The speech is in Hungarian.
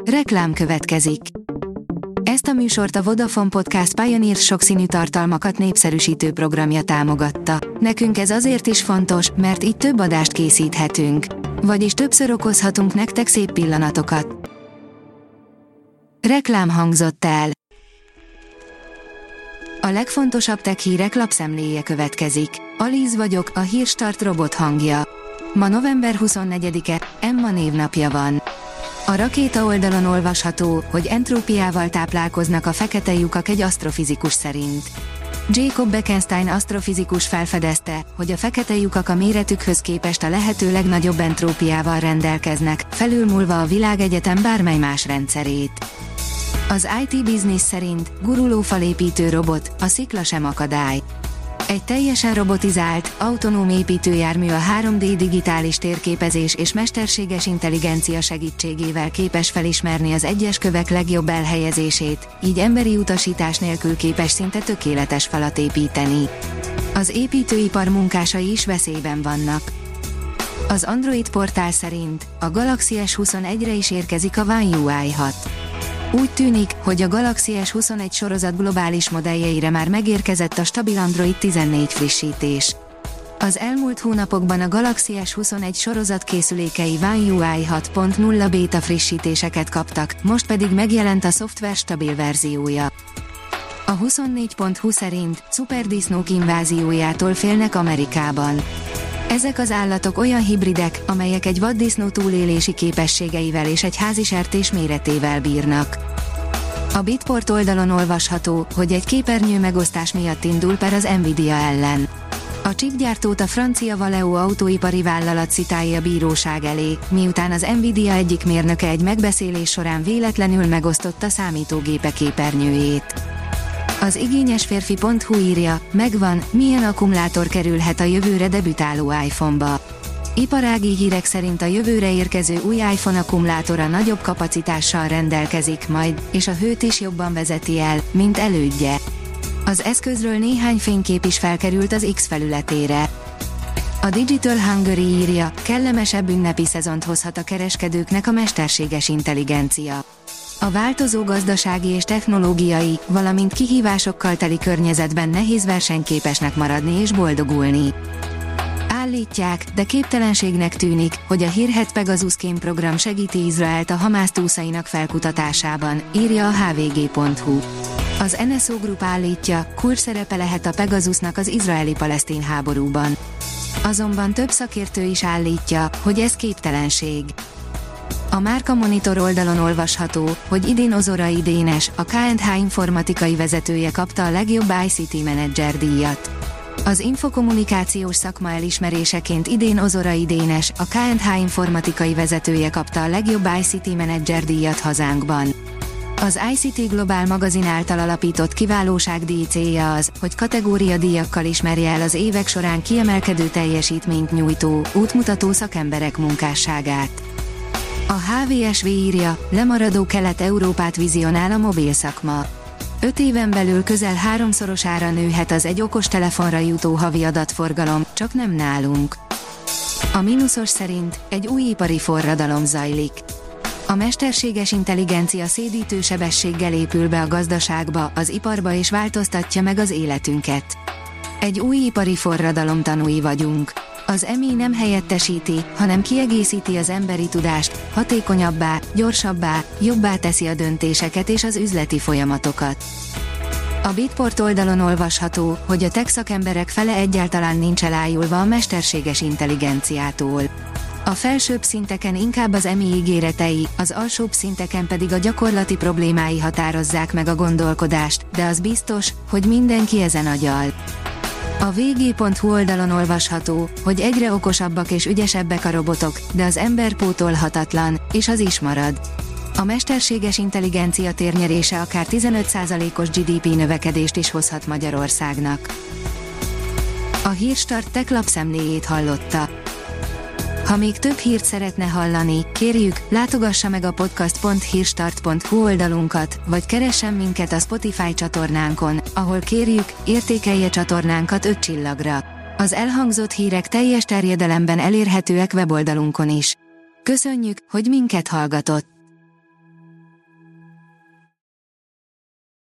Reklám következik. Ezt a műsort a Vodafone Podcast Pioneer sokszínű tartalmakat népszerűsítő programja támogatta. Nekünk ez azért is fontos, mert így több adást készíthetünk. Vagyis többször okozhatunk nektek szép pillanatokat. Reklám hangzott el. A legfontosabb tech hírek lapszemléje következik. Alíz vagyok, a Hírstart robot hangja. Ma november 24-e, Emma névnapja van. A rakéta oldalon olvasható, hogy entrópiával táplálkoznak a fekete lyukak egy asztrofizikus szerint. Jacob Bekenstein asztrofizikus felfedezte, hogy a fekete lyukak a méretükhöz képest a lehető legnagyobb entrópiával rendelkeznek, felülmúlva a világegyetem bármely más rendszerét. Az IT Business szerint guruló falépítő robot, a szikla sem akadály. Egy teljesen robotizált, autonóm építőjármű a 3D digitális térképezés és mesterséges intelligencia segítségével képes felismerni az egyes kövek legjobb elhelyezését, így emberi utasítás nélkül képes szinte tökéletes falat építeni. Az építőipar munkásai is veszélyben vannak. Az Android portál szerint a Galaxy S21-re is érkezik a One UI 6. Úgy tűnik, hogy a Galaxy S21 sorozat globális modelljeire már megérkezett a stabil Android 14 frissítés. Az elmúlt hónapokban a Galaxy S21 sorozat készülékei One UI 6.0 beta frissítéseket kaptak, most pedig megjelent a szoftver stabil verziója. A 24.20 szerint szuperdisznók inváziójától félnek Amerikában. Ezek az állatok olyan hibridek, amelyek egy vaddisznó túlélési képességeivel és egy házisertés méretével bírnak. A Bitport oldalon olvasható, hogy egy képernyő megosztás miatt indul per az Nvidia ellen. A chipgyártót a francia Valeo autóipari vállalat citálja bíróság elé, miután az Nvidia egyik mérnöke egy megbeszélés során véletlenül megosztotta számítógépe képernyőjét. Az igényesférfi.hu írja, megvan, milyen akkumulátor kerülhet a jövőre debütáló iPhone-ba. Iparági hírek szerint a jövőre érkező új iPhone akkumulátora nagyobb kapacitással rendelkezik majd, és a hőt is jobban vezeti el, mint elődje. Az eszközről néhány fénykép is felkerült az X felületére. A Digital Hungary írja, kellemesebb ünnepi szezont hozhat a kereskedőknek a mesterséges intelligencia. A változó gazdasági és technológiai, valamint kihívásokkal teli környezetben nehéz versenyképesnek maradni és boldogulni. Állítják, de képtelenségnek tűnik, hogy a hírhedt Pegasus kémprogram segíti Izraelt a Hamász túszainak felkutatásában, írja a hvg.hu. Az NSO Group állítja, kulcsszerepe lehet a Pegasusnak az izraeli-palesztin háborúban. Azonban több szakértő is állítja, hogy ez képtelenség. A Márka Monitor oldalon olvasható, hogy idén Ozorai Dénes, a K&H informatikai vezetője kapta a legjobb ICT menedzser díjat. Az infokommunikációs szakma elismeréseként idén Ozorai Dénes, a K&H informatikai vezetője kapta a legjobb ICT menedzser díjat hazánkban. Az ICT Global magazin által alapított kiválóságdíj célja az, hogy kategóriadíjakkal ismerje el az évek során kiemelkedő teljesítményt nyújtó, útmutató szakemberek munkásságát. A HVSV írja, lemaradó Kelet-Európát vizionál a mobil szakma. 5 éven belül közel 3-szorosára nőhet az egy okostelefonra jutó havi adatforgalom, csak nem nálunk. A mínuszos szerint egy új ipari forradalom zajlik. A mesterséges intelligencia szédítő sebességgel épül be a gazdaságba, az iparba és változtatja meg az életünket. Egy új ipari forradalom tanúi vagyunk. Az EMI nem helyettesíti, hanem kiegészíti az emberi tudást, hatékonyabbá, gyorsabbá, jobbá teszi a döntéseket és az üzleti folyamatokat. A Bitport oldalon olvasható, hogy a tech szakemberek fele egyáltalán nincs elájulva a mesterséges intelligenciától. A felsőbb szinteken inkább az EMI ígéretei, az alsóbb szinteken pedig a gyakorlati problémái határozzák meg a gondolkodást, de az biztos, hogy mindenki ezen agyal. A vg.hu oldalon olvasható, hogy egyre okosabbak és ügyesebbek a robotok, de az ember pótolhatatlan, és az is marad. A mesterséges intelligencia térnyerése akár 15%-os GDP növekedést is hozhat Magyarországnak. A Hírstart tech lapszemléjét hallotta. Ha még több hírt szeretne hallani, kérjük, látogassa meg a podcast.hírstart.hu oldalunkat, vagy keressen minket a Spotify csatornánkon, ahol kérjük, értékelje csatornánkat 5 csillagra. Az elhangzott hírek teljes terjedelemben elérhetőek weboldalunkon is. Köszönjük, hogy minket hallgatott!